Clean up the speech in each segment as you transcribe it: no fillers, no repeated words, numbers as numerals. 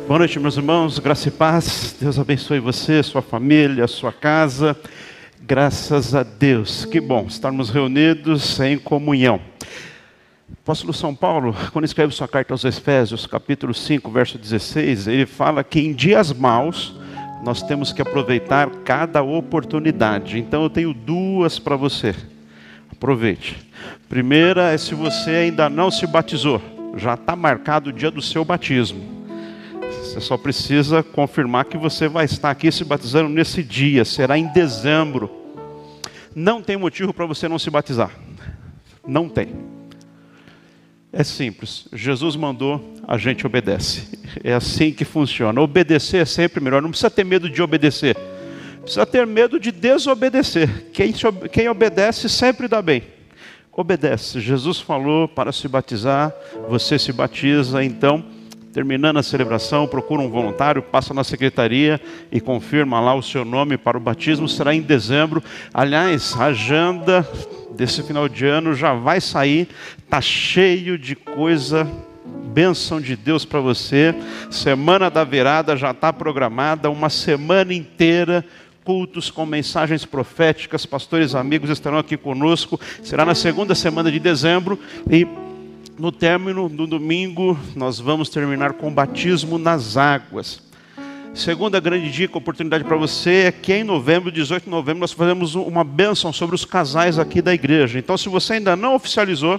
Boa noite, meus irmãos, graça e paz. Deus abençoe você, sua família, sua casa. Graças a Deus, que bom estarmos reunidos em comunhão. O apóstolo São Paulo, quando escreve sua carta aos Efésios, capítulo 5, verso 16, ele fala que em dias maus nós temos que aproveitar cada oportunidade. Então eu tenho duas para você. Aproveite. Primeira é se você ainda não se batizou. Já está marcado o dia do seu batismo. Você só precisa confirmar que você vai estar aqui se batizando nesse dia. Será em dezembro. Não tem motivo para você não se batizar. Não tem. É simples. Jesus mandou, a gente obedece. É assim que funciona. Obedecer é sempre melhor. Não precisa ter medo de obedecer. Precisa ter medo de desobedecer. Quem obedece sempre dá bem. Obedece. Jesus falou para se batizar. Você se batiza, então... Terminando a celebração, procura um voluntário, passa na secretaria e confirma lá o seu nome para o batismo. Será em dezembro. Aliás, a agenda desse final de ano já vai sair. Está cheio de coisa, bênção de Deus para você. Semana da virada já está programada, uma semana inteira. Cultos com mensagens proféticas. Pastores amigos estarão aqui conosco. Será na segunda semana de dezembro e... no término do domingo, nós vamos terminar com o batismo nas águas. Segunda grande dica, oportunidade para você, é que em novembro, 18 de novembro, nós fazemos uma bênção sobre os casais aqui da igreja. Então, se você ainda não oficializou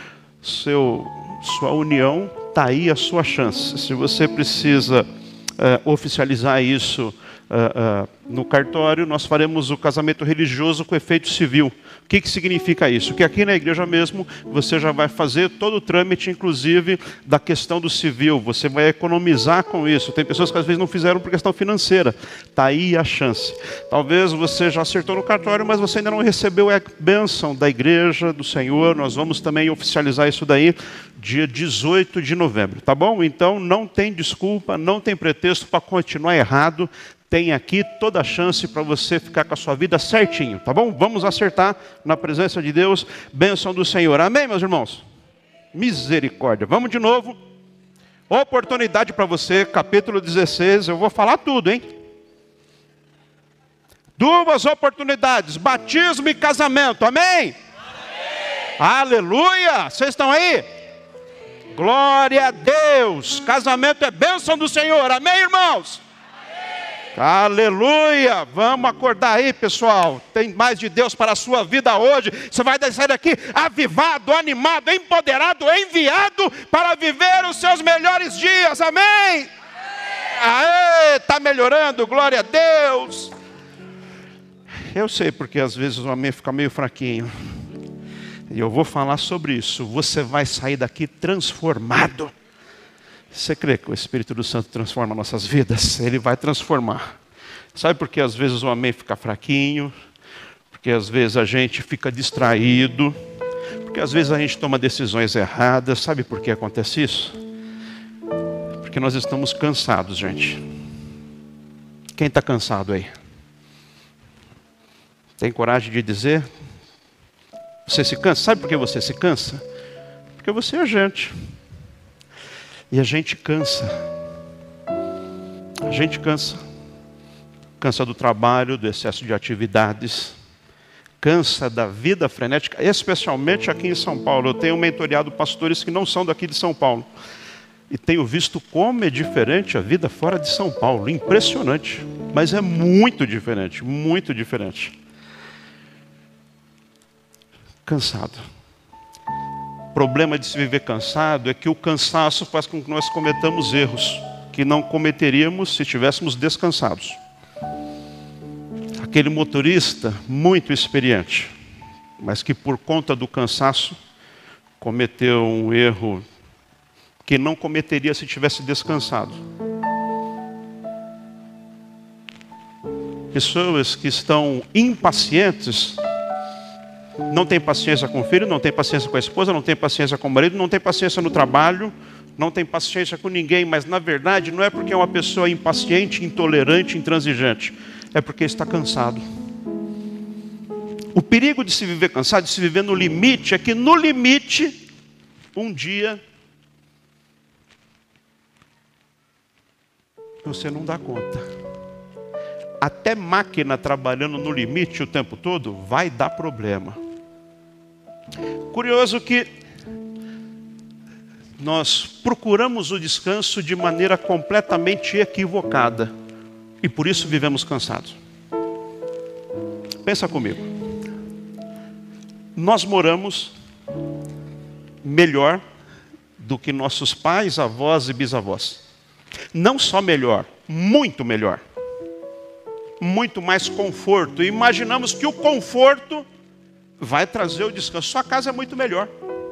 sua união, está aí a sua chance. Se você precisa oficializar isso no cartório, nós faremos o casamento religioso com efeito civil. O que significa isso? Que aqui na igreja mesmo, você já vai fazer todo o trâmite, inclusive da questão do civil. Você vai economizar com isso. Tem pessoas que às vezes não fizeram por questão financeira. Está aí a chance. Talvez você já acertou no cartório, mas você ainda não recebeu a bênção da igreja, do Senhor. Nós vamos também oficializar isso daí dia 18 de novembro. Tá bom? Então não tem desculpa, não tem pretexto para continuar errado. Tem aqui toda a chance para você ficar com a sua vida certinho, tá bom? Vamos acertar na presença de Deus, bênção do Senhor. Amém, meus irmãos? Misericórdia. Vamos de novo. Oportunidade para você, capítulo 16, eu vou falar tudo, hein? Duas oportunidades, batismo e casamento, amém? Amém. Aleluia! Vocês estão aí? Glória a Deus! Casamento é bênção do Senhor, amém, irmãos? Aleluia, vamos acordar aí, pessoal. Tem mais de Deus para a sua vida hoje. Você vai sair daqui avivado, animado, empoderado, enviado para viver os seus melhores dias, amém? Aê, está melhorando, glória a Deus. Eu sei porque às vezes o amém fica meio fraquinho. E eu vou falar sobre isso. Você vai sair daqui transformado. Você crê que o Espírito do Santo transforma nossas vidas? Ele vai transformar. Sabe por que às vezes o amém fica fraquinho? Porque às vezes a gente fica distraído. Porque às vezes a gente toma decisões erradas. Sabe por que acontece isso? Porque nós estamos cansados, gente. Quem está cansado aí? Tem coragem de dizer? Você se cansa? Sabe por que você se cansa? Porque você é gente. E a gente cansa. A gente cansa. Cansa do trabalho, do excesso de atividades. Cansa da vida frenética, especialmente aqui em São Paulo. Eu tenho mentoreado pastores que não são daqui de São Paulo. E tenho visto como é diferente a vida fora de São Paulo. Impressionante. Mas é muito diferente, muito diferente. Cansado. O problema de se viver cansado é que o cansaço faz com que nós cometamos erros que não cometeríamos se estivéssemos descansados. Aquele motorista muito experiente, mas que por conta do cansaço cometeu um erro que não cometeria se tivesse descansado. Pessoas que estão impacientes, não tem paciência com o filho, não tem paciência com a esposa, não tem paciência com o marido, não tem paciência no trabalho, não tem paciência com ninguém, mas na verdade não é porque é uma pessoa impaciente, intolerante, intransigente, é porque está cansado. O perigo de se viver cansado, de se viver no limite, é que no limite, um dia você não dá conta. Até máquina trabalhando no limite o tempo todo vai dar problema. Curioso que nós procuramos o descanso de maneira completamente equivocada e por isso vivemos cansados. Pensa comigo. Nós moramos melhor do que nossos pais, avós e bisavós. Não só melhor, muito melhor. Muito mais conforto. E imaginamos que o conforto vai trazer o descanso. Sua casa é muito melhor.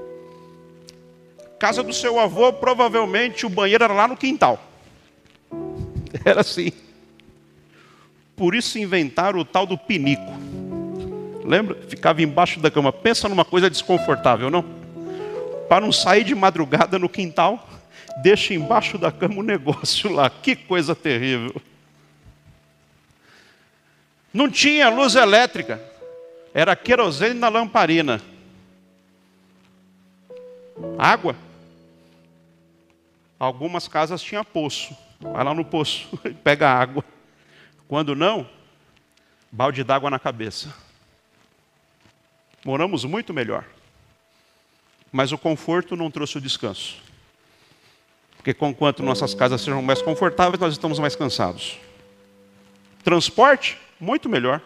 Casa do seu avô, provavelmente o banheiro era lá no quintal. Era assim. Por isso inventaram o tal do pinico. Lembra? Ficava embaixo da cama. Pensa numa coisa desconfortável, não? Para não sair de madrugada no quintal, deixa embaixo da cama o negócio lá. Que coisa terrível. Não tinha luz elétrica. Era querosene na lamparina. Água. Algumas casas tinham poço. Vai lá no poço e pega água. Quando não, balde d'água na cabeça. Moramos muito melhor. Mas o conforto não trouxe o descanso. Porque conquanto nossas casas sejam mais confortáveis, nós estamos mais cansados. Transporte, muito melhor.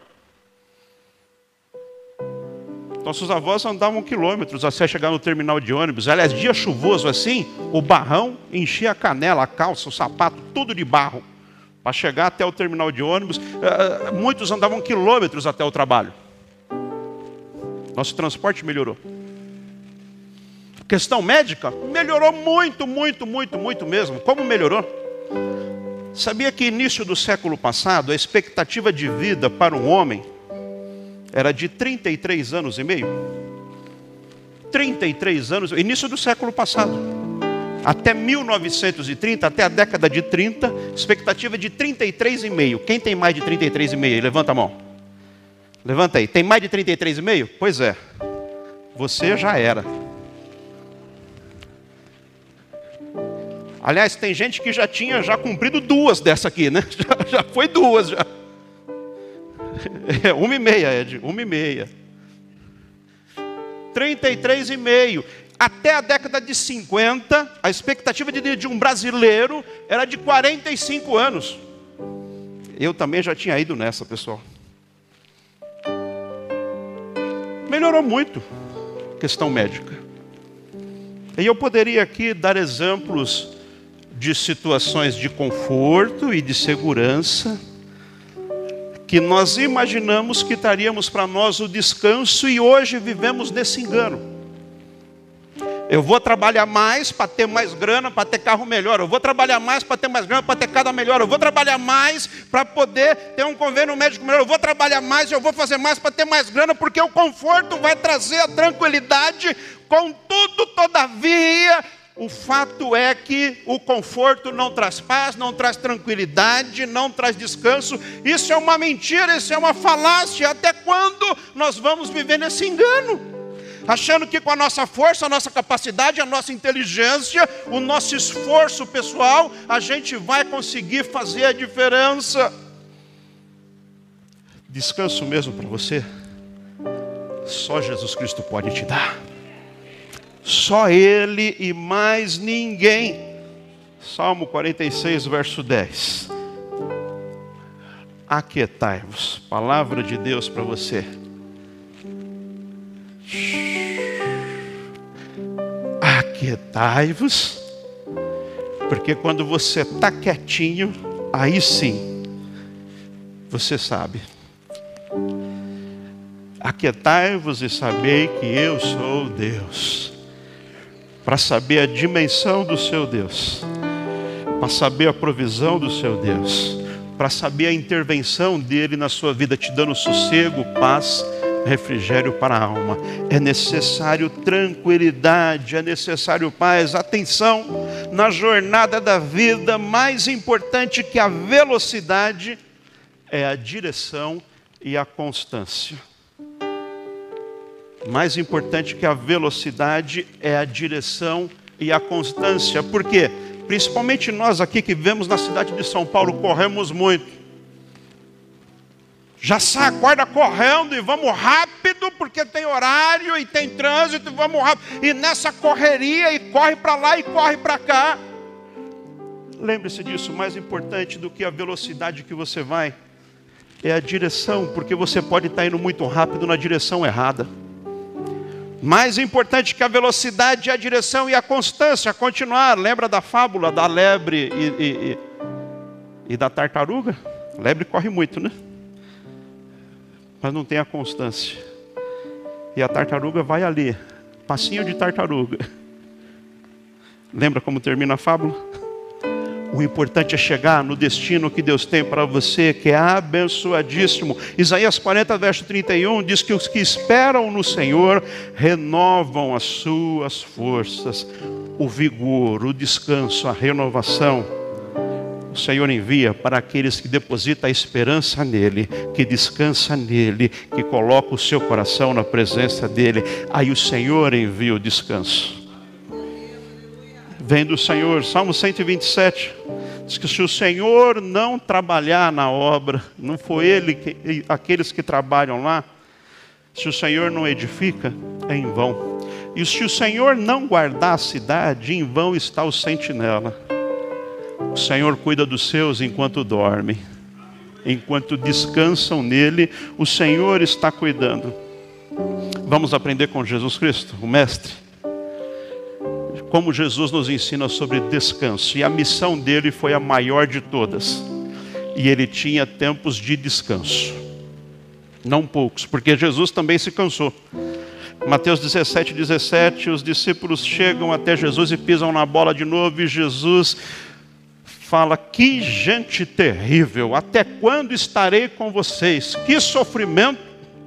Nossos avós andavam quilômetros até chegar no terminal de ônibus. Aliás, dia chuvoso assim, o barrão enchia a canela, a calça, o sapato, tudo de barro. Para chegar até o terminal de ônibus, muitos andavam quilômetros até o trabalho. Nosso transporte melhorou. Questão médica, melhorou muito, muito, muito, muito mesmo. Como melhorou? Sabia que início do século passado, a expectativa de vida para um homem era de 33 anos e meio? 33 anos, início do século passado. Até 1930, até a década de 30, expectativa de 33,5. Quem tem mais de 33,5? Levanta a mão. Levanta aí. Tem mais de 33,5? Pois é. Você já era. Aliás, tem gente que já tinha cumprido 2 dessa aqui, né? Já foi 2 já. 1,5, Ed, 1,5. 33,5. Até a década de 50, a expectativa de um brasileiro era de 45 anos. Eu também já tinha ido nessa, pessoal. Melhorou muito a questão médica. E eu poderia aqui dar exemplos de situações de conforto e de segurança que nós imaginamos que daríamos para nós o descanso e hoje vivemos nesse engano. Eu vou trabalhar mais para ter mais grana, para ter carro melhor. Eu vou trabalhar mais para ter mais grana, para ter casa melhor. Eu vou trabalhar mais para poder ter um convênio médico melhor. Eu vou trabalhar mais, eu vou fazer mais para ter mais grana, porque o conforto vai trazer a tranquilidade. Contudo, todavia, o fato é que o conforto não traz paz, não traz tranquilidade, não traz descanso. Isso é uma mentira, isso é uma falácia. Até quando nós vamos viver nesse engano? Achando que com a nossa força, a nossa capacidade, a nossa inteligência, o nosso esforço pessoal, a gente vai conseguir fazer a diferença. Descanso mesmo para você, só Jesus Cristo pode te dar. Só Ele e mais ninguém. Salmo 46, verso 10. Aquietai-vos. Palavra de Deus para você. Aquietai-vos. Porque quando você está quietinho, aí sim, você sabe. Aquietai-vos e sabei que eu sou Deus. Para saber a dimensão do seu Deus, para saber a provisão do seu Deus, para saber a intervenção dele na sua vida, te dando sossego, paz, refrigério para a alma. É necessário tranquilidade, é necessário paz, atenção. Na jornada da vida, mais importante que a velocidade é a direção e a constância. Mais importante que a velocidade é a direção e a constância. Por quê? Principalmente nós aqui que vivemos na cidade de São Paulo, corremos muito. Já sai, acorda correndo e vamos rápido, porque tem horário e tem trânsito, e vamos rápido. E nessa correria, e corre para lá e corre para cá. Lembre-se disso, mais importante do que a velocidade que você vai, é a direção, porque você pode estar indo muito rápido na direção errada. Mais importante que a velocidade é a direção e a constância, a continuar. Lembra da fábula da lebre e da tartaruga? A lebre corre muito, né? Mas não tem a constância. E a tartaruga vai ali, passinho de tartaruga. Lembra como termina a fábula? O importante é chegar no destino que Deus tem para você, que é abençoadíssimo. Isaías 40, verso 31, diz que os que esperam no Senhor renovam as suas forças. O vigor, o descanso, a renovação, o Senhor envia para aqueles que depositam a esperança nele, que descansa nele, que coloca o seu coração na presença dele. Aí o Senhor envia o descanso. Vem do Senhor. Salmo 127 diz que se o Senhor não trabalhar na obra, não foi aqueles que trabalham lá, se o Senhor não edifica, é em vão. E se o Senhor não guardar a cidade, em vão está o sentinela. O Senhor cuida dos seus enquanto dormem. Enquanto descansam nele, o Senhor está cuidando. Vamos aprender com Jesus Cristo, o Mestre. Como Jesus nos ensina sobre descanso. E a missão dele foi a maior de todas. E ele tinha tempos de descanso. Não poucos, porque Jesus também se cansou. Mateus 17, 17, os discípulos chegam até Jesus e pisam na bola de novo. E Jesus fala: que gente terrível, até quando estarei com vocês? Que sofrimento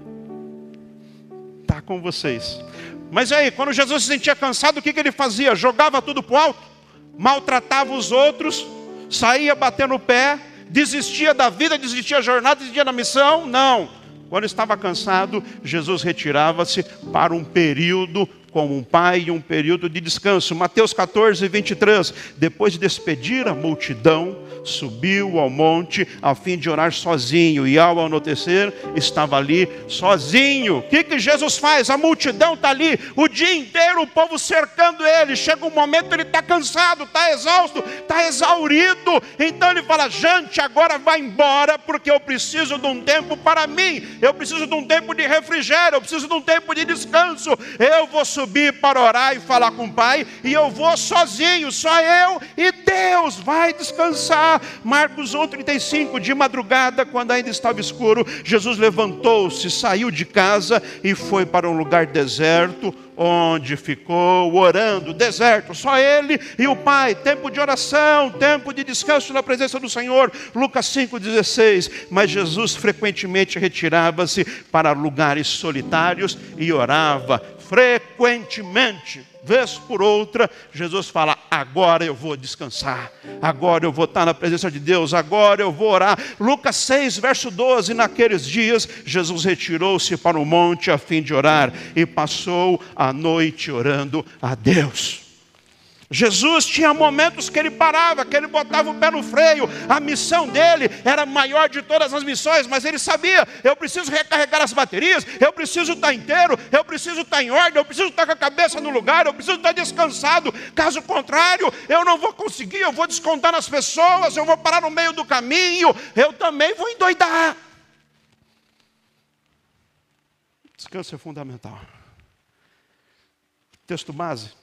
está com vocês. Mas aí, quando Jesus se sentia cansado, o que ele fazia? Jogava tudo para o alto, maltratava os outros, saía batendo o pé, desistia da vida, desistia da jornada, desistia da missão? Não. Quando estava cansado, Jesus retirava-se para um período como um pai e um período de descanso. Mateus 14, 23. Depois de despedir a multidão, subiu ao monte a fim de orar sozinho. E ao anoitecer, estava ali sozinho. O que Jesus faz? A multidão está ali o dia inteiro, o povo cercando ele. Chega um momento, ele está cansado, está exausto, está exaurido. Então ele fala: gente, agora vai embora, porque eu preciso de um tempo para mim. Eu preciso de um tempo de refrigério, eu preciso de um tempo de descanso. Eu vou subir para orar e falar com o Pai, e eu vou sozinho, só eu e Deus. Vai descansar. Marcos 1:35, de madrugada, quando ainda estava escuro, Jesus levantou-se, saiu de casa e foi para um lugar deserto, onde ficou orando. Deserto, só ele e o Pai. Tempo de oração, tempo de descanso na presença do Senhor. Lucas 5:16. Mas Jesus frequentemente retirava-se para lugares solitários e orava. Frequentemente, vez por outra, Jesus fala: agora eu vou descansar, agora eu vou estar na presença de Deus, agora eu vou orar. Lucas 6, verso 12, naqueles dias, Jesus retirou-se para o monte a fim de orar, e passou a noite orando a Deus. Jesus tinha momentos que ele parava, que ele botava o pé no freio. A missão dele era a maior de todas as missões, mas ele sabia: eu preciso recarregar as baterias, eu preciso estar inteiro, eu preciso estar em ordem, eu preciso estar com a cabeça no lugar, eu preciso estar descansado. Caso contrário, eu não vou conseguir, eu vou descontar nas pessoas, eu vou parar no meio do caminho, eu também vou endoidar. Descanso é fundamental. Texto base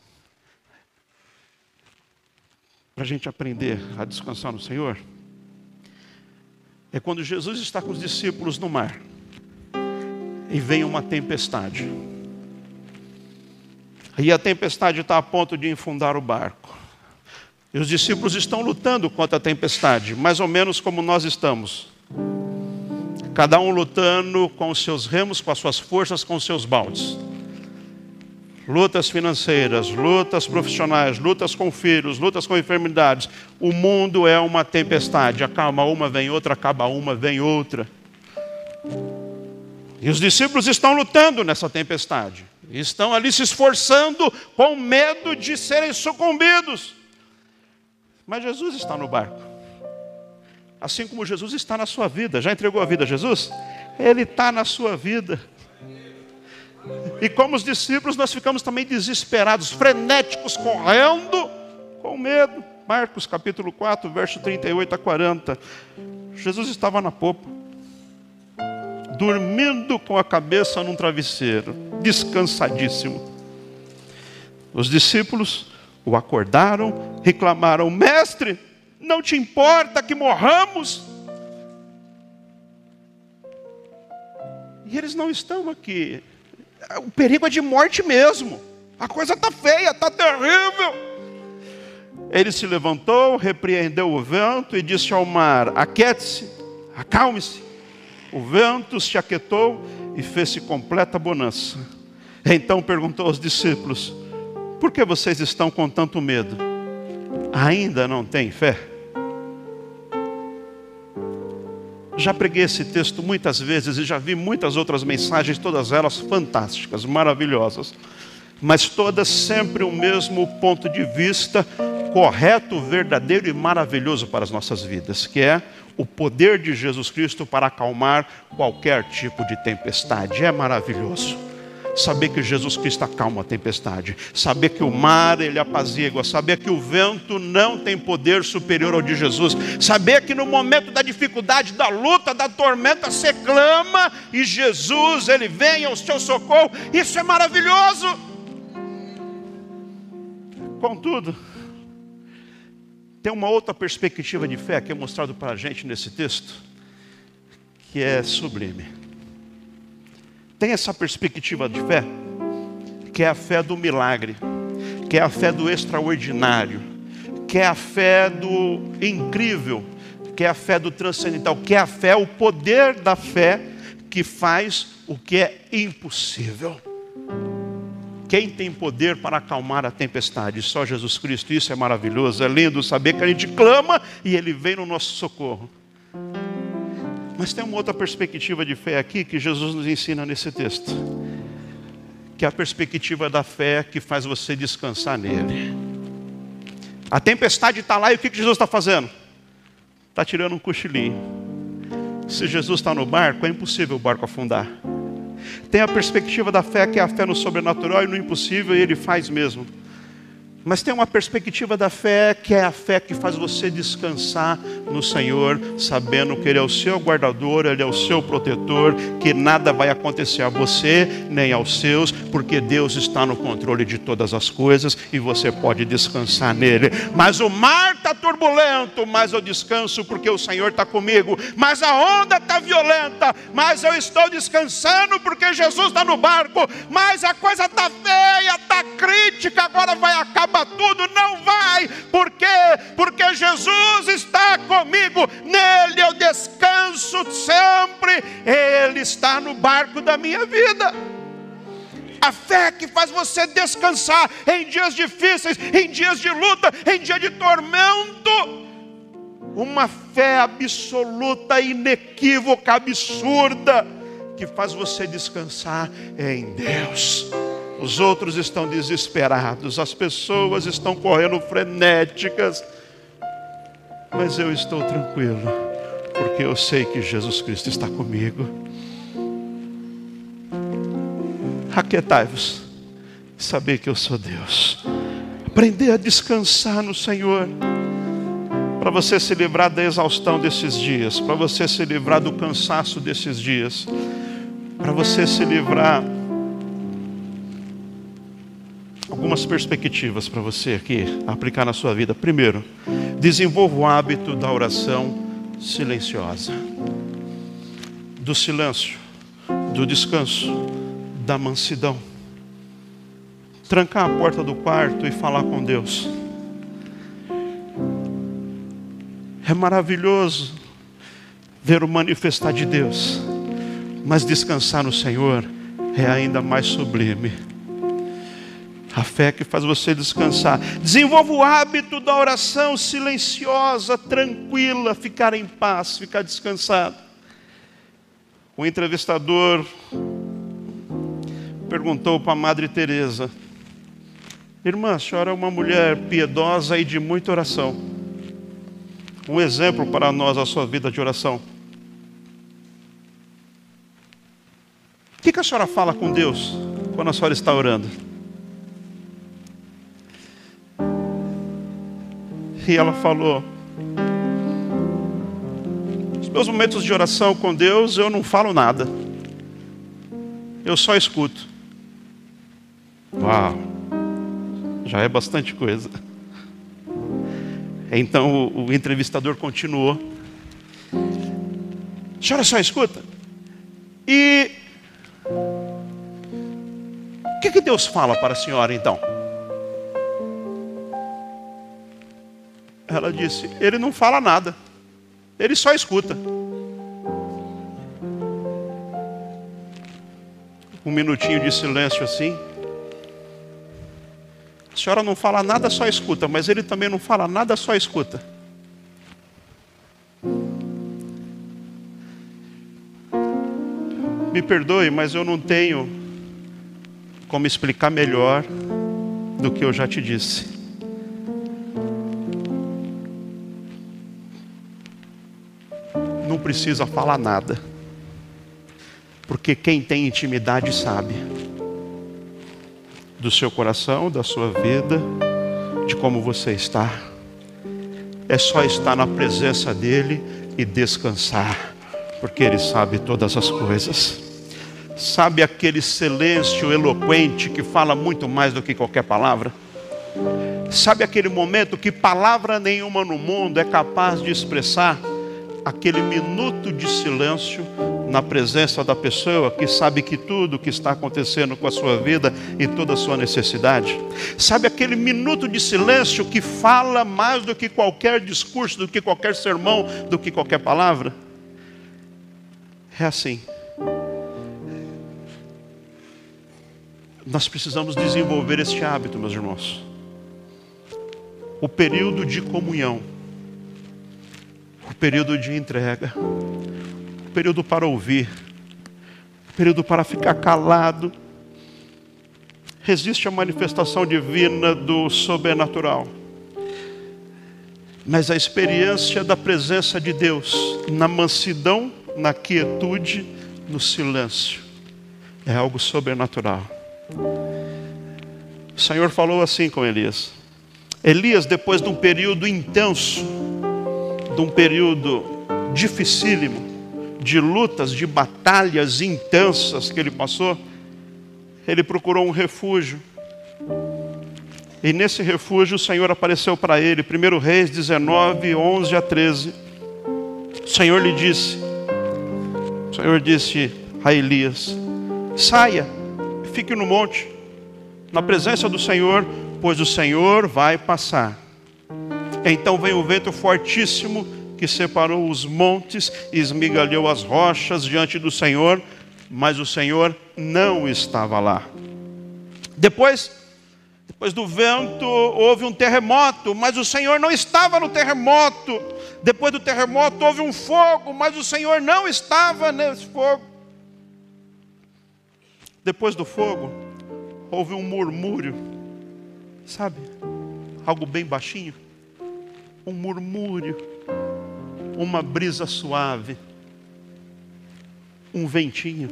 para a gente aprender a descansar no Senhor, é quando Jesus está com os discípulos no mar, e vem uma tempestade, e a tempestade está a ponto de afundar o barco, e os discípulos estão lutando contra a tempestade, mais ou menos como nós estamos, cada um lutando com os seus remos, com as suas forças, com os seus baldes. Lutas financeiras, lutas profissionais, lutas com filhos, lutas com enfermidades. O mundo é uma tempestade. Acalma uma, vem outra, acaba uma, vem outra. E os discípulos estão lutando nessa tempestade. Estão ali se esforçando com medo de serem sucumbidos. Mas Jesus está no barco. Assim como Jesus está na sua vida. Já entregou a vida a Jesus? Ele está na sua vida. E como os discípulos, nós ficamos também desesperados, frenéticos, correndo com medo. Marcos capítulo 4, verso 38 a 40. Jesus estava na popa, dormindo com a cabeça num travesseiro, descansadíssimo. Os discípulos o acordaram, reclamaram: mestre, não te importa que morramos? E eles não estão aqui. O perigo é de morte mesmo. A coisa está feia, está terrível. Ele se levantou, repreendeu o vento e disse ao mar: aquiete-se, acalme-se. O vento se aquietou e fez-se completa bonança. Então perguntou aos discípulos: por que vocês estão com tanto medo? Ainda não têm fé? Já preguei esse texto muitas vezes e já vi muitas outras mensagens, todas elas fantásticas, maravilhosas. Mas todas sempre o mesmo ponto de vista correto, verdadeiro e maravilhoso para as nossas vidas, que é o poder de Jesus Cristo para acalmar qualquer tipo de tempestade. É maravilhoso saber que Jesus Cristo acalma a tempestade, saber que o mar ele apazigua, saber que o vento não tem poder superior ao de Jesus, saber que no momento da dificuldade, da luta, da tormenta, você clama e Jesus ele vem ao seu socorro. Isso é maravilhoso. Contudo, tem uma outra perspectiva de fé que é mostrado para a gente nesse texto, que é sublime. Tem essa perspectiva de fé, que é a fé do milagre, que é a fé do extraordinário, que é a fé do incrível, que é a fé do transcendental, que é a fé, o poder da fé que faz o que é impossível. Quem tem poder para acalmar a tempestade? Só Jesus Cristo. Isso é maravilhoso, é lindo saber que a gente clama e Ele vem no nosso socorro. Mas tem uma outra perspectiva de fé aqui que Jesus nos ensina nesse texto, que é a perspectiva da fé que faz você descansar nele. A tempestade está lá e o que Jesus está fazendo? Está tirando um cochilinho. Se Jesus está no barco, é impossível o barco afundar. Tem a perspectiva da fé, que é a fé no sobrenatural e no impossível, e Ele faz mesmo. Mas tem uma perspectiva da fé, que é a fé que faz você descansar no Senhor, sabendo que Ele é o seu guardador, Ele é o seu protetor, que nada vai acontecer a você, nem aos seus, porque Deus está no controle de todas as coisas, e você pode descansar nele. Mas o mar está turbulento, mas eu descanso porque o Senhor está comigo. Mas a onda está violenta, mas eu estou descansando porque Jesus está no barco. Mas a coisa está feia, está crítica, agora vai acabar tudo. Não vai. Por quê? Porque Jesus está comigo. Nele eu descanso sempre. Ele está no barco da minha vida. A fé que faz você descansar em dias difíceis, em dias de luta, em dia de tormento. Uma fé absoluta, inequívoca, absurda, que faz você descansar em Deus. Os outros estão desesperados, as pessoas estão correndo frenéticas, mas eu estou tranquilo, porque eu sei que Jesus Cristo está comigo. Aquietai-vos, saber que eu sou Deus. Aprender a descansar no Senhor, para você se livrar da exaustão desses dias, para você se livrar do cansaço desses dias, para você se livrar. Algumas perspectivas para você aqui aplicar na sua vida. Primeiro, desenvolva o hábito da oração silenciosa, do silêncio, do descanso, da mansidão. Trancar a porta do quarto e falar com Deus. É maravilhoso ver o manifestar de Deus, mas descansar no Senhor é ainda mais sublime. A fé que faz você descansar. Desenvolva o hábito da oração silenciosa, tranquila, ficar em paz, ficar descansado. O entrevistador perguntou para a Madre Teresa: irmã, a senhora é uma mulher piedosa e de muita oração. um exemplo para nós, a sua vida de oração. O que a senhora fala com Deus quando a senhora está orando? E ela falou: nos meus momentos de oração com Deus, eu não falo nada. Eu só escuto. Uau! Já é bastante coisa. Então o entrevistador continuou: a senhora só escuta? E o que Deus fala para a senhora então? Ela disse: Ele não fala nada, Ele só escuta. Um minutinho de silêncio assim. A senhora não fala nada, só escuta, mas Ele também não fala nada, só escuta. Me perdoe, mas eu não tenho como explicar melhor do que eu já te disse. Não precisa falar nada, porque quem tem intimidade sabe do seu coração, da sua vida, de como você está. É só estar na presença dEle e descansar, porque Ele sabe todas as coisas. Sabe aquele silêncio eloquente que fala muito mais do que qualquer palavra? Sabe aquele momento que palavra nenhuma no mundo é capaz de expressar? Aquele minuto de silêncio na presença da pessoa que sabe que tudo o que está acontecendo com a sua vida e toda a sua necessidade. Sabe aquele minuto de silêncio que fala mais do que qualquer discurso, do que qualquer sermão, do que qualquer palavra? É assim. Nós precisamos desenvolver este hábito, meus irmãos. O período de comunhão, o período de entrega, o período para ouvir, o período para ficar calado. Existe a manifestação divina do sobrenatural, mas a experiência da presença de Deus na mansidão, na quietude, no silêncio, é algo sobrenatural. O Senhor falou assim com Elias. Elias, depois de um período intenso, de um período dificílimo, de lutas, de batalhas intensas que ele passou, ele procurou um refúgio. E nesse refúgio o Senhor apareceu para ele. 1 Reis 19, 11 a 13. O Senhor disse a Elias: saia, fique no monte, na presença do Senhor, pois o Senhor vai passar. Então veio o vento fortíssimo que separou os montes e esmigalhou as rochas diante do Senhor, mas o Senhor não estava lá. Depois do vento houve um terremoto, mas o Senhor não estava no terremoto. Depois do terremoto houve um fogo, mas o Senhor não estava nesse fogo. Depois do fogo houve um murmúrio, sabe? Algo bem baixinho. Um murmúrio, uma brisa suave, um ventinho.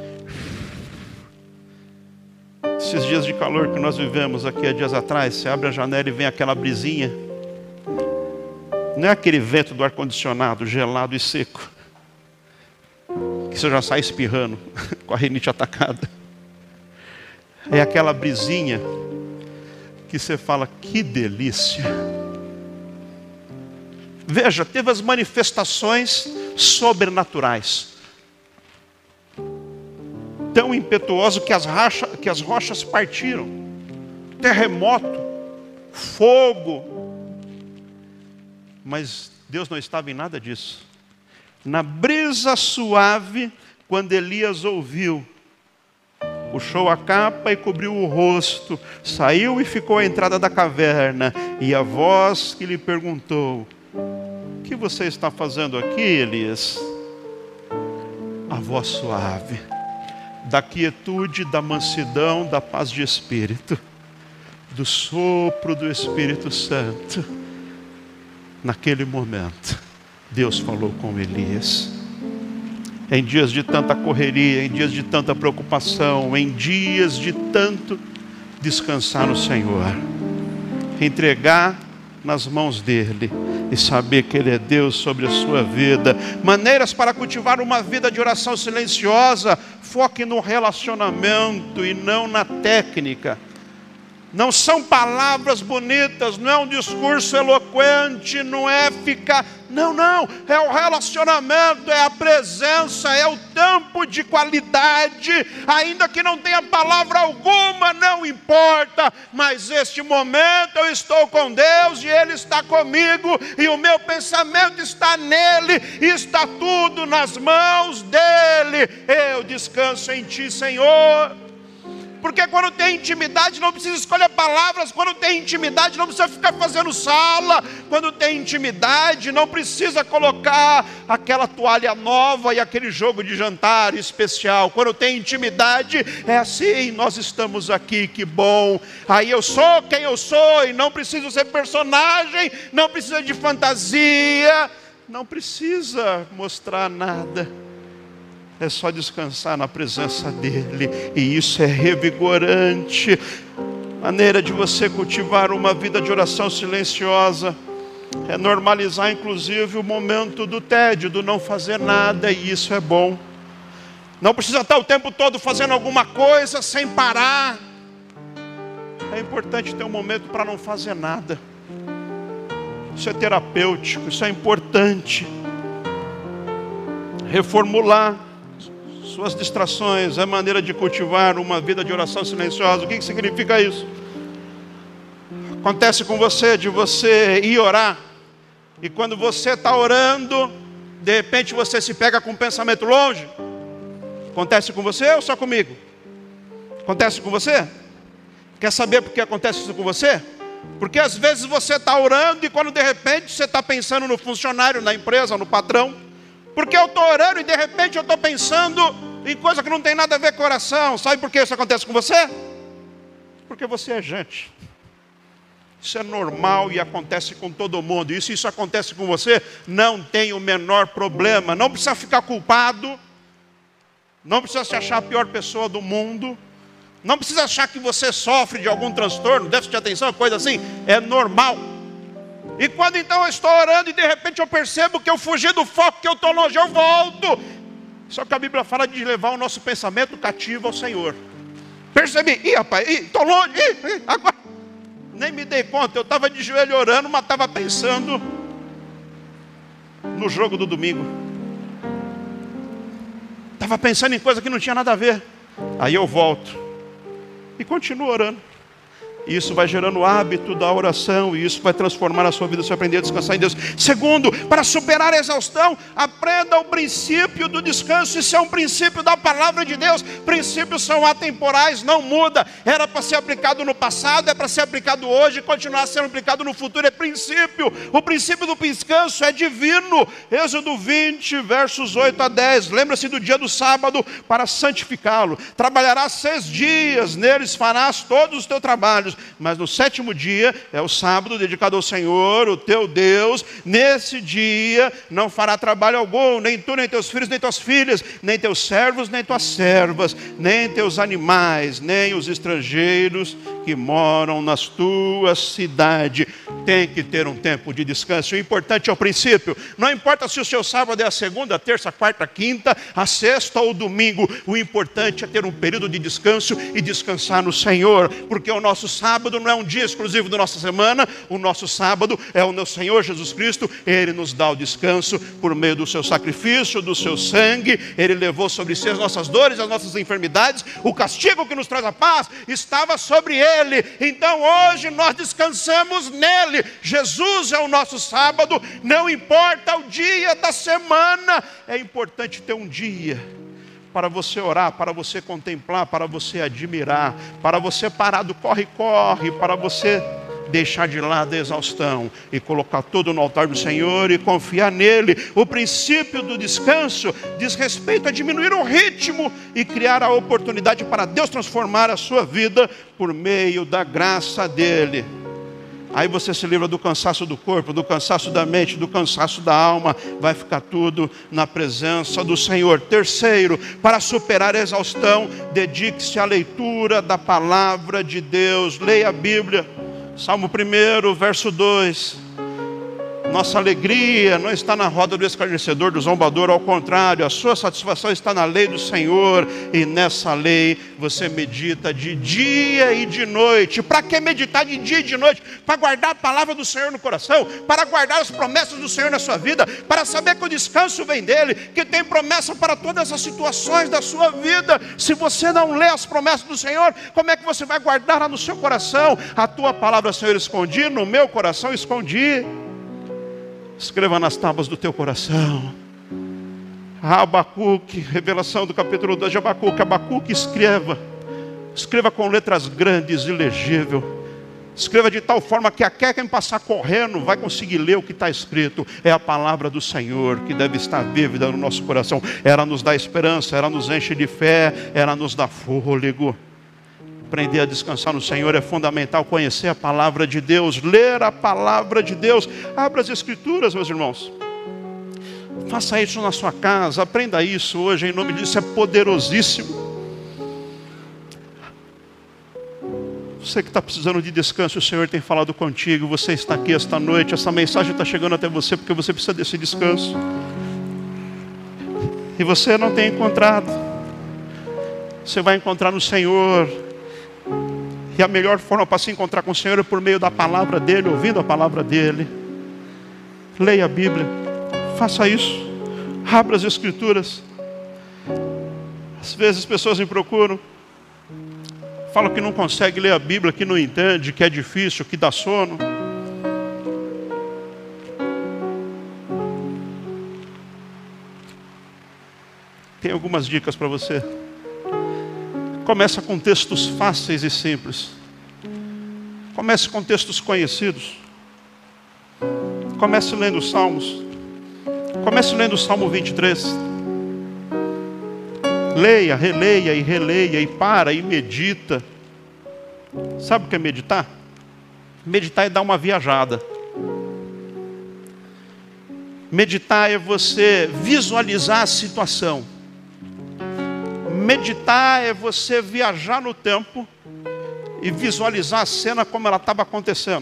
Esses dias de calor que nós vivemos aqui há dias atrás, você abre a janela e vem aquela brisinha. Não é aquele vento do ar-condicionado gelado e seco, que você já sai espirrando com a rinite atacada. É aquela brisinha que você fala: que delícia. Veja, teve as manifestações sobrenaturais, tão impetuoso que as rochas partiram, terremoto, fogo. Mas Deus não estava em nada disso. Na brisa suave, quando Elias ouviu, puxou a capa e cobriu o rosto, saiu e ficou à entrada da caverna. E a voz que lhe perguntou: o que você está fazendo aqui, Elias? A voz suave, da quietude, da mansidão, da paz de espírito, do sopro do Espírito Santo naquele momento, Deus falou com Elias. Em dias de tanta correria, em dias de tanta preocupação, em dias de tanto descansar no Senhor, entregar nas mãos dEle e saber que Ele é Deus sobre a sua vida. Maneiras para cultivar uma vida de oração silenciosa: foque no relacionamento e não na técnica. Não são palavras bonitas, não é um discurso eloquente, não é ficar... Não, é o relacionamento, é a presença, é o tempo de qualidade. Ainda que não tenha palavra alguma, não importa. Mas este momento eu estou com Deus e Ele está comigo. E o meu pensamento está nele, e está tudo nas mãos dEle. Eu descanso em Ti, Senhor. Porque quando tem intimidade não precisa escolher palavras. Quando tem intimidade não precisa ficar fazendo sala. Quando tem intimidade não precisa colocar aquela toalha nova e aquele jogo de jantar especial. Quando tem intimidade é assim: nós estamos aqui, que bom. Aí eu sou quem eu sou e não preciso ser personagem, não precisa de fantasia, não precisa mostrar nada. É só descansar na presença dEle, e isso é revigorante. Maneira de você cultivar uma vida de oração silenciosa é normalizar inclusive o momento do tédio, do não fazer nada, e isso é bom. Não precisa estar o tempo todo fazendo alguma coisa sem parar. É importante ter um momento para não fazer nada. Isso é terapêutico, isso é importante. Reformular suas distrações é maneira de cultivar uma vida de oração silenciosa. O que significa isso? Acontece com você de você ir orar, e quando você está orando, de repente você se pega com um pensamento longe. Acontece com você ou só comigo? Acontece com você? Quer saber por que acontece isso com você? Porque às vezes você está orando e quando de repente você está pensando no funcionário, na empresa, no patrão. Porque eu estou orando e de repente eu estou pensando em coisa que não tem nada a ver com oração. Sabe por que isso acontece com você? Porque você é gente. Isso é normal e acontece com todo mundo. E se isso acontece com você, não tem o menor problema. Não precisa ficar culpado. Não precisa se achar a pior pessoa do mundo. Não precisa achar que você sofre de algum transtorno, déficit de atenção, coisa assim. É normal. E quando então eu estou orando e de repente eu percebo que eu fugi do foco, que eu estou longe, eu volto. Só que a Bíblia fala de levar o nosso pensamento cativo ao Senhor. Percebi, rapaz, estou longe, agora. Nem me dei conta, eu estava de joelho orando, mas estava pensando no jogo do domingo. Estava pensando em coisa que não tinha nada a ver. Aí eu volto e continuo orando. Isso vai gerando o hábito da oração, e isso vai transformar a sua vida se aprender a descansar em Deus. Segundo, para superar a exaustão, aprenda o princípio do descanso. Isso é um princípio da palavra de Deus. Princípios são atemporais, não muda. Era para ser aplicado no passado, é para ser aplicado hoje, continuar sendo aplicado no futuro. É princípio. O princípio do descanso é divino. Êxodo 20, versos 8 a 10. Lembra-se do dia do sábado para santificá-lo. Trabalharás 6 dias, neles farás todos os teus trabalhos. Mas no 7º dia é o sábado dedicado ao Senhor, o teu Deus. Nesse dia não fará trabalho algum, nem tu, nem teus filhos, nem tuas filhas, nem teus servos, nem tuas servas, nem teus animais, nem os estrangeiros que moram nas tuas cidades. Tem que ter um tempo de descanso. O importante é o princípio. Não importa se o seu sábado é a segunda, a terça, a quarta, a quinta, a sexta ou o domingo. O importante é ter um período de descanso e descansar no Senhor. Porque o nosso sábado não é um dia exclusivo da nossa semana. O nosso sábado é o nosso Senhor Jesus Cristo. Ele nos dá o descanso por meio do seu sacrifício, do seu sangue. Ele levou sobre si as nossas dores, as nossas enfermidades. O castigo que nos traz a paz estava sobre Ele. Então hoje nós descansamos nele. Jesus é o nosso sábado. Não importa o dia da semana, é importante ter um dia para você orar, para você contemplar, para você admirar, para você parar do corre-corre, para você deixar de lado a exaustão e colocar tudo no altar do Senhor e confiar nele. O princípio do descanso diz respeito a diminuir o ritmo e criar a oportunidade para Deus transformar a sua vida por meio da graça dele. Aí você se livra do cansaço do corpo, do cansaço da mente, do cansaço da alma. Vai ficar tudo na presença do Senhor. Terceiro, para superar a exaustão, dedique-se à leitura da palavra de Deus. Leia a Bíblia. Salmo 1, verso 2. Nossa alegria não está na roda do escarnecedor, do zombador, ao contrário, a sua satisfação está na lei do Senhor, e nessa lei você medita de dia e de noite. Para que meditar de dia e de noite? Para guardar a palavra do Senhor no coração, para guardar as promessas do Senhor na sua vida, para saber que o descanso vem dele, que tem promessa para todas as situações da sua vida. Se você não lê as promessas do Senhor, como é que você vai guardar lá no seu coração? A tua palavra, Senhor, escondi, no meu coração escondi. Escreva nas tábuas do teu coração. Abacuque, revelação do capítulo 2 de Abacuque. Abacuque, escreva com letras grandes e legível. Escreva de tal forma que até quem passar correndo vai conseguir ler o que está escrito. É a palavra do Senhor que deve estar vívida no nosso coração. Ela nos dá esperança, ela nos enche de fé, ela nos dá fôlego. Aprender a descansar no Senhor é fundamental. Conhecer a palavra de Deus, ler a palavra de Deus. Abra as Escrituras, meus irmãos. Faça isso na sua casa, aprenda isso hoje em nome disso, é poderosíssimo. Você que está precisando de descanso, o Senhor tem falado contigo. Você está aqui esta noite, essa mensagem está chegando até você porque você precisa desse descanso. E você não tem encontrado. Você vai encontrar no Senhor. E a melhor forma para se encontrar com o Senhor é por meio da palavra dEle, ouvindo a palavra dEle. Leia a Bíblia, faça isso, abra as Escrituras. Às vezes as pessoas me procuram, falam que não consegue ler a Bíblia, que não entende, que é difícil, que dá sono. Tem algumas dicas para você. Começa com textos fáceis e simples. Comece com textos conhecidos. Comece lendo os Salmos. Comece lendo o Salmo 23. Leia, releia e releia, e para e medita. Sabe o que é meditar? Meditar é dar uma viajada. Meditar é você visualizar a situação. Meditar é você viajar no tempo e visualizar a cena como ela estava acontecendo.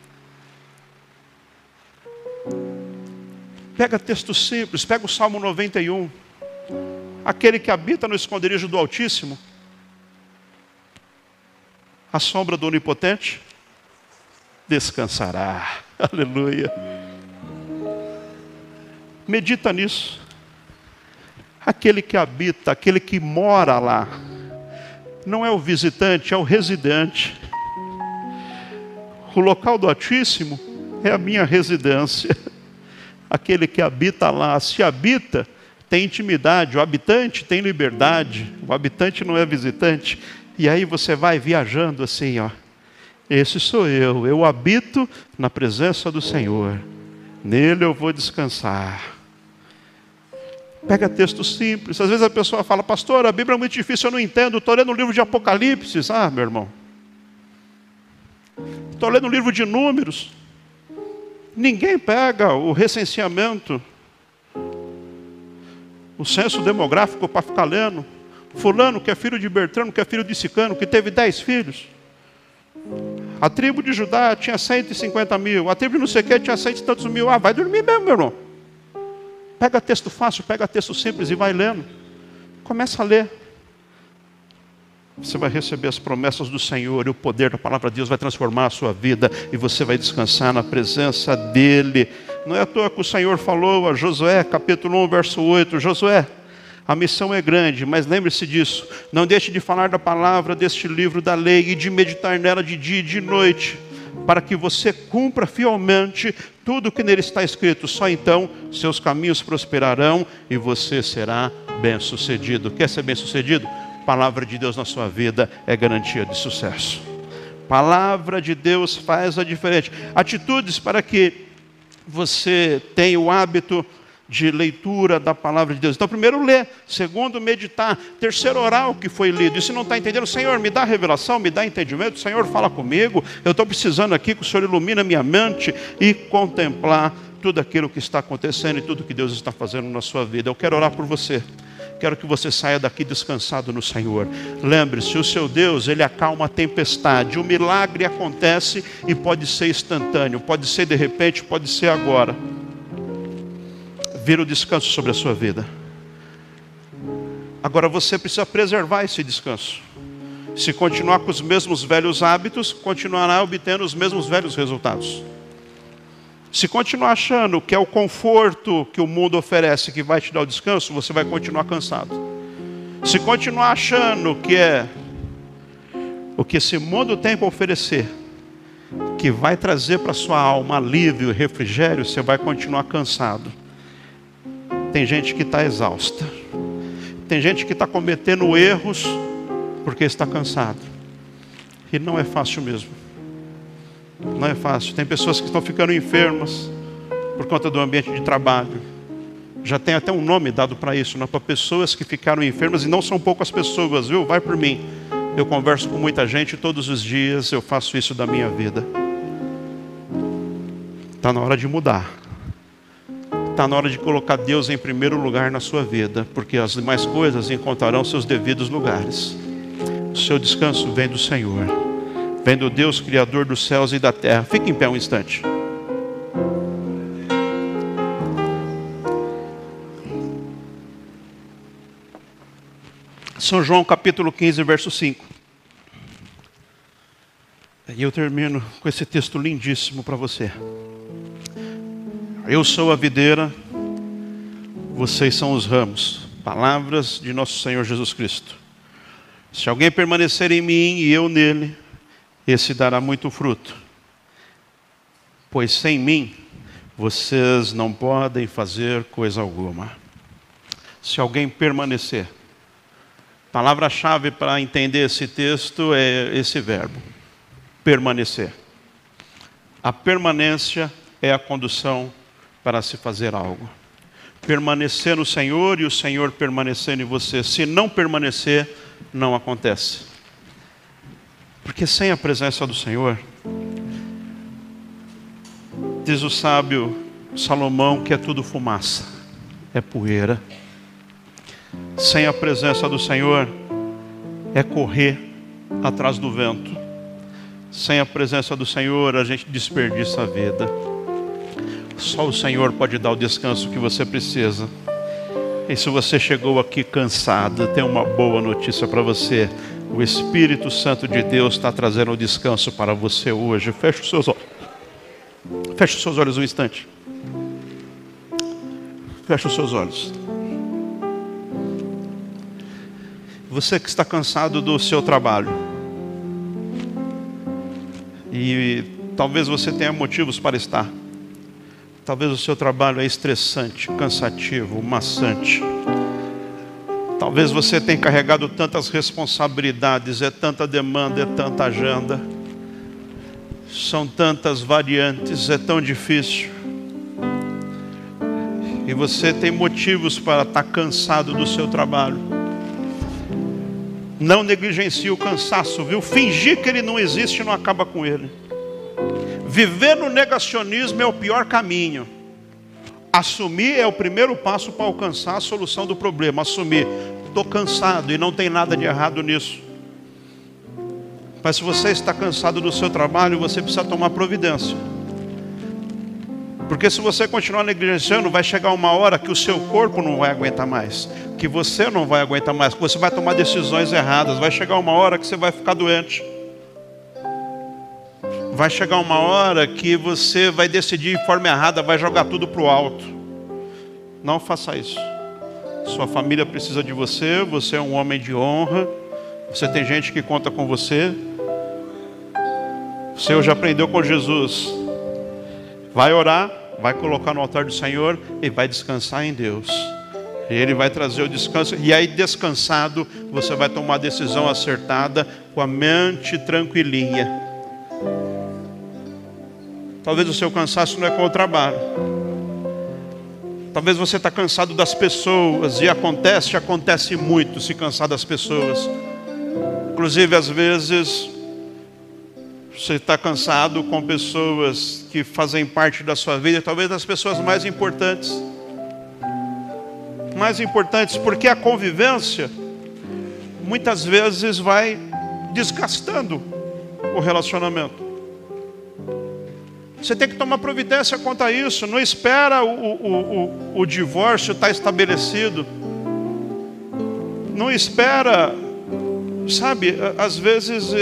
Pega texto simples, pega o Salmo 91. Aquele que habita no esconderijo do Altíssimo, à sombra do Onipotente, descansará. Aleluia. Medita nisso. Aquele que habita, aquele que mora lá, não é o visitante, é o residente. O local do Altíssimo é a minha residência. Aquele que habita lá, se habita, tem intimidade. O habitante tem liberdade. O habitante não é visitante. E aí você vai viajando assim, ó. Esse sou eu habito na presença do Senhor. Nele eu vou descansar. Pega texto simples. Às vezes a pessoa fala, pastor, a Bíblia é muito difícil, eu não entendo. Estou lendo o livro de Apocalipse. Ah, meu irmão. Estou lendo o livro de Números. Ninguém pega o recenseamento, o censo demográfico para ficar lendo. Fulano, que é filho de Bertrano, que é filho de Sicano, que teve 10 filhos. A tribo de Judá tinha 150 mil. A tribo de não sei o que tinha 100 e tantos mil. Ah, vai dormir mesmo, meu irmão. Pega texto fácil, pega texto simples e vai lendo. Começa a ler. Você vai receber as promessas do Senhor e o poder da palavra de Deus vai transformar a sua vida e você vai descansar na presença dEle. Não é à toa que o Senhor falou a Josué, capítulo 1, verso 8. Josué, a missão é grande, mas lembre-se disso. Não deixe de falar da palavra deste livro da lei e de meditar nela de dia e de noite, para que você cumpra fielmente tudo o que nele está escrito. Só então seus caminhos prosperarão e você será bem-sucedido. Quer ser bem-sucedido? Palavra de Deus na sua vida é garantia de sucesso. Palavra de Deus faz a diferença. Atitudes para que você tenha o hábito de leitura da palavra de Deus. Então, primeiro, ler. Segundo, meditar. Terceiro, orar o que foi lido. E se não está entendendo, Senhor, me dá revelação, me dá entendimento. Senhor, fala comigo. Eu estou precisando aqui que o Senhor ilumine a minha mente e contemplar tudo aquilo que está acontecendo e tudo que Deus está fazendo na sua vida. Eu quero orar por você. Quero que você saia daqui descansado no Senhor. Lembre-se, o seu Deus, Ele acalma a tempestade. O milagre acontece e pode ser instantâneo. Pode ser de repente, pode ser agora. Vira o descanso sobre a sua vida. Agora você precisa preservar esse descanso. Se continuar com os mesmos velhos hábitos, continuará obtendo os mesmos velhos resultados. Se continuar achando que é o conforto que o mundo oferece que vai te dar o descanso, você vai continuar cansado. Se continuar achando que é o que esse mundo tem para oferecer, que vai trazer para a sua alma alívio e refrigério, você vai continuar cansado. Tem gente que está exausta. Tem gente que está cometendo erros porque está cansado. E não é fácil mesmo. Não é fácil. Tem pessoas que estão ficando enfermas por conta do ambiente de trabalho. Já tem até um nome dado para isso, né? Para pessoas que ficaram enfermas, e não são poucas pessoas, viu? Vai por mim. Eu converso com muita gente todos os dias, eu faço isso da minha vida. Está na hora de mudar. Está na hora de colocar Deus em primeiro lugar na sua vida, porque as demais coisas encontrarão seus devidos lugares. O seu descanso vem do Senhor, vem do Deus Criador dos céus e da terra. Fique em pé um instante. São João capítulo 15, verso 5. E eu termino com esse texto lindíssimo para você. Eu sou a videira, vocês são os ramos. Palavras de nosso Senhor Jesus Cristo. Se alguém permanecer em mim e eu nele, esse dará muito fruto. Pois sem mim, vocês não podem fazer coisa alguma. Se alguém permanecer. A palavra-chave para entender esse texto é esse verbo. Permanecer. A permanência é a condução para se fazer algo. Permanecer no Senhor e o Senhor permanecer em você. Se não permanecer, não acontece. Porque sem a presença do Senhor, diz o sábio Salomão que é tudo fumaça, é poeira. Sem a presença do Senhor, é correr atrás do vento. Sem a presença do Senhor, a gente desperdiça a vida. Só o Senhor pode dar o descanso que você precisa. E se você chegou aqui cansado, tem uma boa notícia para você. O Espírito Santo de Deus está trazendo o descanso para você hoje. Feche os seus olhos. Feche os seus olhos um instante. Feche os seus olhos. Você que está cansado do seu trabalho. E talvez você tenha motivos para estar. Talvez o seu trabalho é estressante, cansativo, maçante. Talvez você tenha carregado tantas responsabilidades, é tanta demanda, é tanta agenda. São tantas variantes, é tão difícil. E você tem motivos para estar cansado do seu trabalho. Não negligencie o cansaço, viu? Fingir que ele não existe não acaba com ele. Viver no negacionismo é o pior caminho. Assumir é o primeiro passo para alcançar a solução do problema. Assumir, estou cansado e não tem nada de errado nisso. Mas se você está cansado do seu trabalho, você precisa tomar providência. Porque se você continuar negligenciando, vai chegar uma hora que o seu corpo não vai aguentar mais. Que você não vai aguentar mais. Que você vai tomar decisões erradas. Vai chegar uma hora que você vai ficar doente. Vai chegar uma hora que você vai decidir de forma errada, vai jogar tudo para o alto. Não faça isso. Sua família precisa de você, você é um homem de honra, você tem gente que conta com você. Você hoje aprendeu com Jesus. Vai orar, vai colocar no altar do Senhor e vai descansar em Deus. E Ele vai trazer o descanso. E aí descansado, você vai tomar a decisão acertada com a mente tranquilinha. Talvez o seu cansaço não é com o trabalho. Talvez você está cansado das pessoas, e acontece muito se cansar das pessoas. Inclusive, às vezes, você está cansado com pessoas que fazem parte da sua vida, talvez das pessoas mais importantes. Porque a convivência, muitas vezes, vai desgastando o relacionamento. Você tem que tomar providência quanto a isso. Não espera o divórcio estar estabelecido. Não espera, sabe, às vezes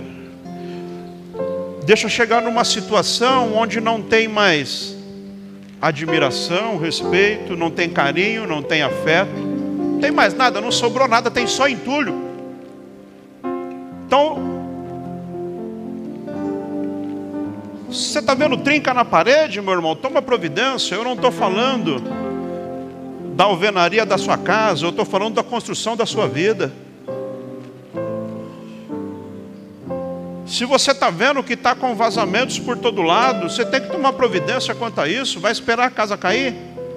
deixa chegar numa situação onde não tem mais admiração, respeito, não tem carinho, não tem afeto, não tem mais nada, não sobrou nada, tem só entulho. Então, você está vendo trinca na parede, meu irmão? Toma providência. Eu não estou falando da alvenaria da sua casa, eu estou falando da construção da sua vida. Se você está vendo que está com vazamentos por todo lado, você tem que tomar providência quanto a isso. Vai esperar a casa cair?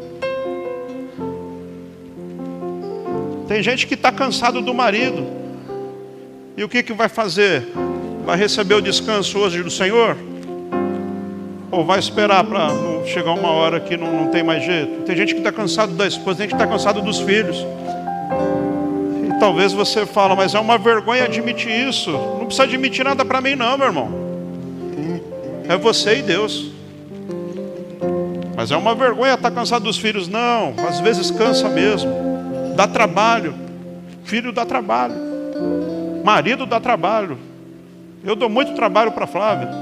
Tem gente que está cansado do marido. E o que vai fazer? Vai receber o descanso hoje do Senhor? Ou vai esperar para chegar uma hora que não tem mais jeito? Tem gente que está cansado da esposa, tem gente que está cansado dos filhos. E talvez você fale, mas é uma vergonha admitir isso. Não precisa admitir nada para mim não, meu irmão. É você e Deus. Mas é uma vergonha estar cansado dos filhos. Não, às vezes cansa mesmo. Dá trabalho. Filho dá trabalho. Marido dá trabalho. Eu dou muito trabalho para Flávia.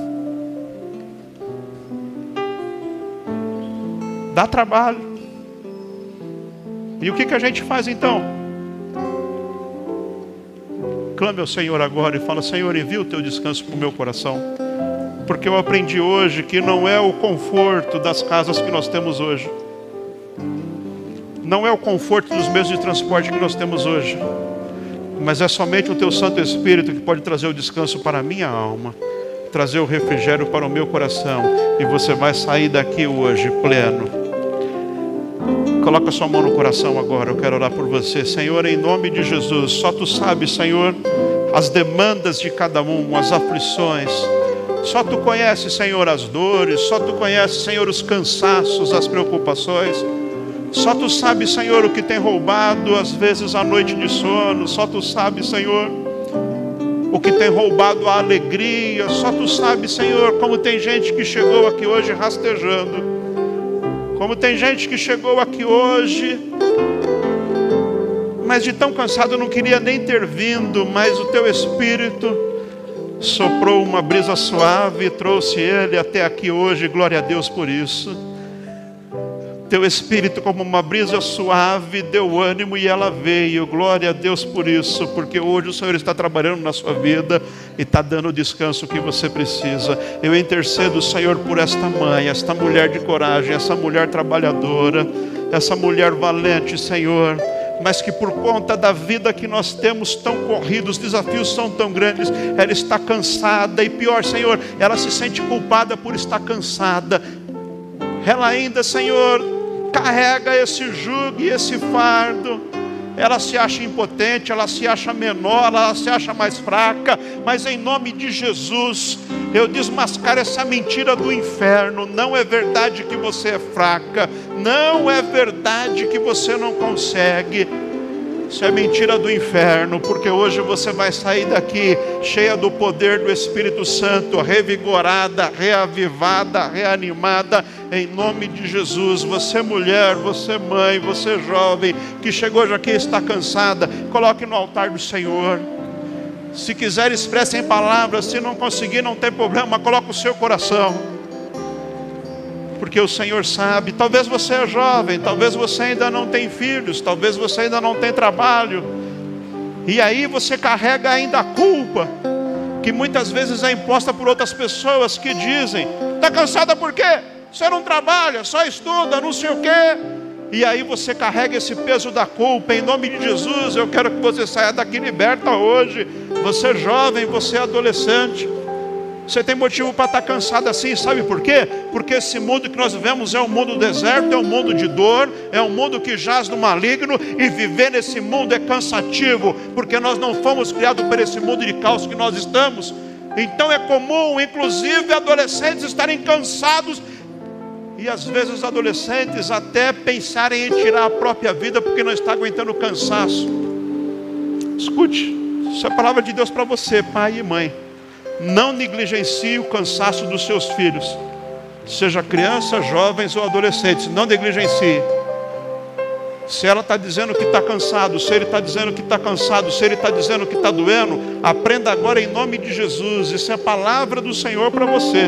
Dá trabalho. E o que a gente faz então? Clame ao Senhor agora e fala: Senhor, envia o teu descanso para o meu coração. Porque eu aprendi hoje que não é o conforto das casas que nós temos hoje. Não é o conforto dos meios de transporte que nós temos hoje. Mas é somente o teu Santo Espírito que pode trazer o descanso para a minha alma. Trazer o refrigério para o meu coração. E você vai sair daqui hoje pleno. Coloca sua mão no coração agora, eu quero orar por você. Senhor, em nome de Jesus, só Tu sabes, Senhor, as demandas de cada um, as aflições. Só Tu conheces, Senhor, as dores. Só Tu conheces, Senhor, os cansaços, as preocupações. Só Tu sabes, Senhor, o que tem roubado, às vezes, a noite de sono. Só Tu sabes, Senhor, o que tem roubado a alegria. Só Tu sabes, Senhor, como tem gente que chegou aqui hoje rastejando. Como tem gente que chegou aqui hoje, mas de tão cansado não queria nem ter vindo, mas o Teu Espírito soprou uma brisa suave e trouxe ele até aqui hoje. Glória a Deus por isso. Teu Espírito, como uma brisa suave, deu ânimo e ela veio. Glória a Deus por isso, porque hoje o Senhor está trabalhando na sua vida e está dando o descanso que você precisa. Eu intercedo, Senhor, por esta mãe, esta mulher de coragem, essa mulher trabalhadora, essa mulher valente, Senhor, mas que por conta da vida que nós temos tão corrida, os desafios são tão grandes, ela está cansada e pior, Senhor, ela se sente culpada por estar cansada. Ela ainda, Senhor, carrega esse jugo e esse fardo. Ela se acha impotente, ela se acha menor, ela se acha mais fraca. Mas em nome de Jesus, eu desmascaro essa mentira do inferno. Não é verdade que você é fraca. Não é verdade que você não consegue. Isso é mentira do inferno, porque hoje você vai sair daqui cheia do poder do Espírito Santo, revigorada, reavivada, reanimada, em nome de Jesus. Você mulher, você mãe, você jovem, que chegou hoje aqui e está cansada, coloque no altar do Senhor. Se quiser, expresse em palavras. Se não conseguir, não tem problema, coloque o seu coração. Porque o Senhor sabe. Talvez você é jovem, talvez você ainda não tem filhos, talvez você ainda não tem trabalho. E aí você carrega ainda a culpa, que muitas vezes é imposta por outras pessoas que dizem: está cansada por quê? Você não trabalha, só estuda, não sei o quê. E aí você carrega esse peso da culpa. Em nome de Jesus, eu quero que você saia daqui liberta hoje. Você jovem, você adolescente, Você tem motivo para estar cansado assim, sabe por quê? Porque esse mundo que nós vivemos é um mundo deserto, é um mundo de dor, é um mundo que jaz no maligno, e viver nesse mundo é cansativo, porque nós não fomos criados por esse mundo de caos que nós estamos. Então é comum, inclusive, adolescentes estarem cansados, e às vezes os adolescentes até pensarem em tirar a própria vida, porque não está aguentando o cansaço. Escute, isso é a palavra de Deus para você, pai e mãe. Não negligencie o cansaço dos seus filhos, seja criança, jovens ou adolescentes. Não negligencie. Se ela está dizendo que está cansado, se ele está dizendo que está cansado, se ele está dizendo que está doendo, aprenda agora em nome de Jesus. Isso é a palavra do Senhor para você.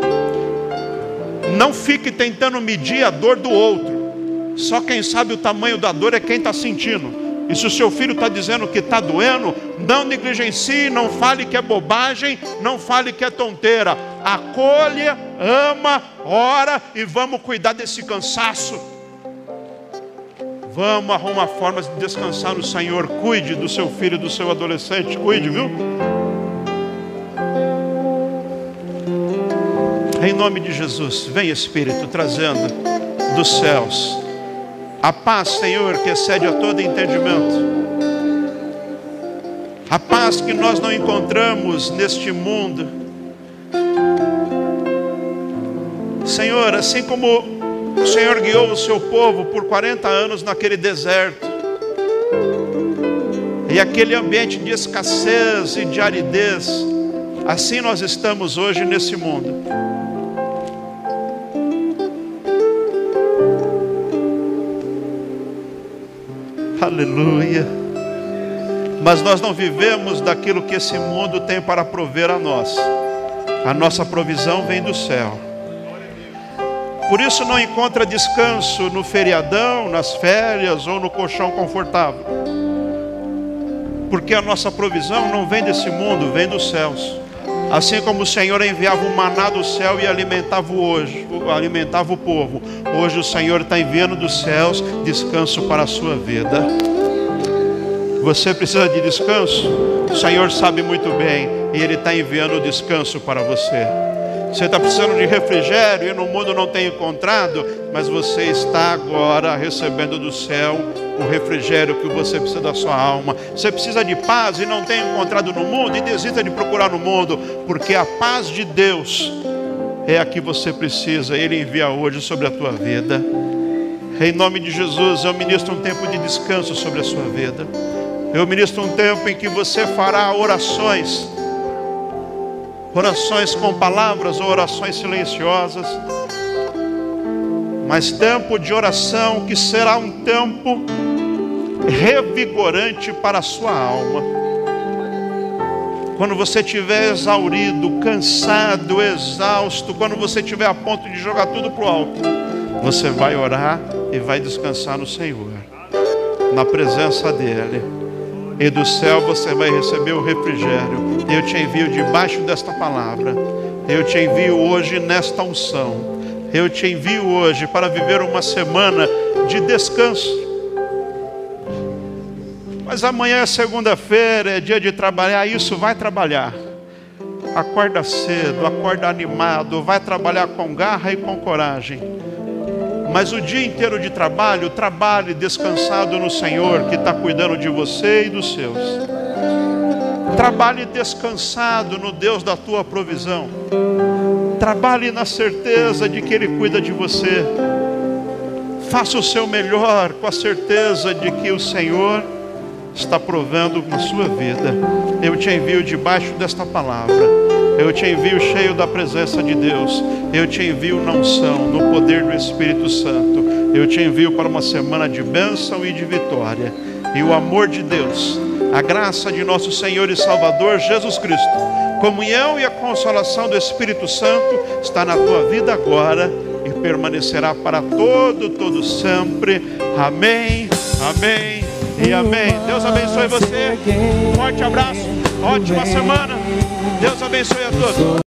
Não fique tentando medir a dor do outro. Só quem sabe o tamanho da dor é quem está sentindo. E se o seu filho está dizendo que está doendo, não negligencie, não fale que é bobagem, não fale que é tonteira. Acolha, ama, ora e vamos cuidar desse cansaço. Vamos arrumar formas de descansar no Senhor. Cuide do seu filho, do seu adolescente, cuide, viu? Em nome de Jesus, vem Espírito trazendo dos céus a paz, Senhor, que excede a todo entendimento. A paz que nós não encontramos neste mundo. Senhor, assim como o Senhor guiou o seu povo por 40 anos naquele deserto, e aquele ambiente de escassez e de aridez, assim nós estamos hoje nesse mundo. Aleluia. Mas nós não vivemos daquilo que esse mundo tem para prover a nós. A nossa provisão vem do céu. Por isso não encontra descanso no feriadão, nas férias ou no colchão confortável. Porque a nossa provisão não vem desse mundo, vem dos céus. Assim como o Senhor enviava o maná do céu e alimentava o povo, hoje o Senhor está enviando dos céus descanso para a sua vida. Você precisa de descanso? O Senhor sabe muito bem, e Ele está enviando o descanso para você. Você está precisando de refrigério e no mundo não tem encontrado, mas você está agora recebendo do céu o refrigério que você precisa da sua alma. Você precisa de paz e não tem encontrado no mundo, e desista de procurar no mundo, porque a paz de Deus é a que você precisa. Ele envia hoje sobre a tua vida. Em nome de Jesus, eu ministro um tempo de descanso sobre a sua vida. Eu ministro um tempo em que você fará orações com palavras ou orações silenciosas, mas tempo de oração que será um tempo revigorante para a sua alma. Quando você estiver exaurido, cansado, exausto, quando você estiver a ponto de jogar tudo para o alto, você vai orar e vai descansar no Senhor, na presença dEle. E do céu você vai receber o refrigério. Eu te envio debaixo desta palavra. Eu te envio hoje nesta unção. Eu te envio hoje para viver uma semana de descanso. Mas amanhã é segunda-feira, é dia de trabalhar. Isso, vai trabalhar. Acorda cedo, acorda animado, vai trabalhar com garra e com coragem. Mas o dia inteiro de trabalho, trabalhe descansado no Senhor, que está cuidando de você e dos seus. Trabalhe descansado no Deus da tua provisão. Trabalhe na certeza de que Ele cuida de você. Faça o seu melhor com a certeza de que o Senhor está provendo na sua vida. Eu te envio debaixo desta palavra. Eu te envio cheio da presença de Deus. Eu te envio na unção, no poder do Espírito Santo. Eu te envio para uma semana de bênção e de vitória. E o amor de Deus, a graça de nosso Senhor e Salvador Jesus Cristo, comunhão e a consolação do Espírito Santo está na tua vida agora e permanecerá para todo sempre. Amém, amém e amém. Deus abençoe você. Um forte abraço, ótima semana. Deus abençoe a todos.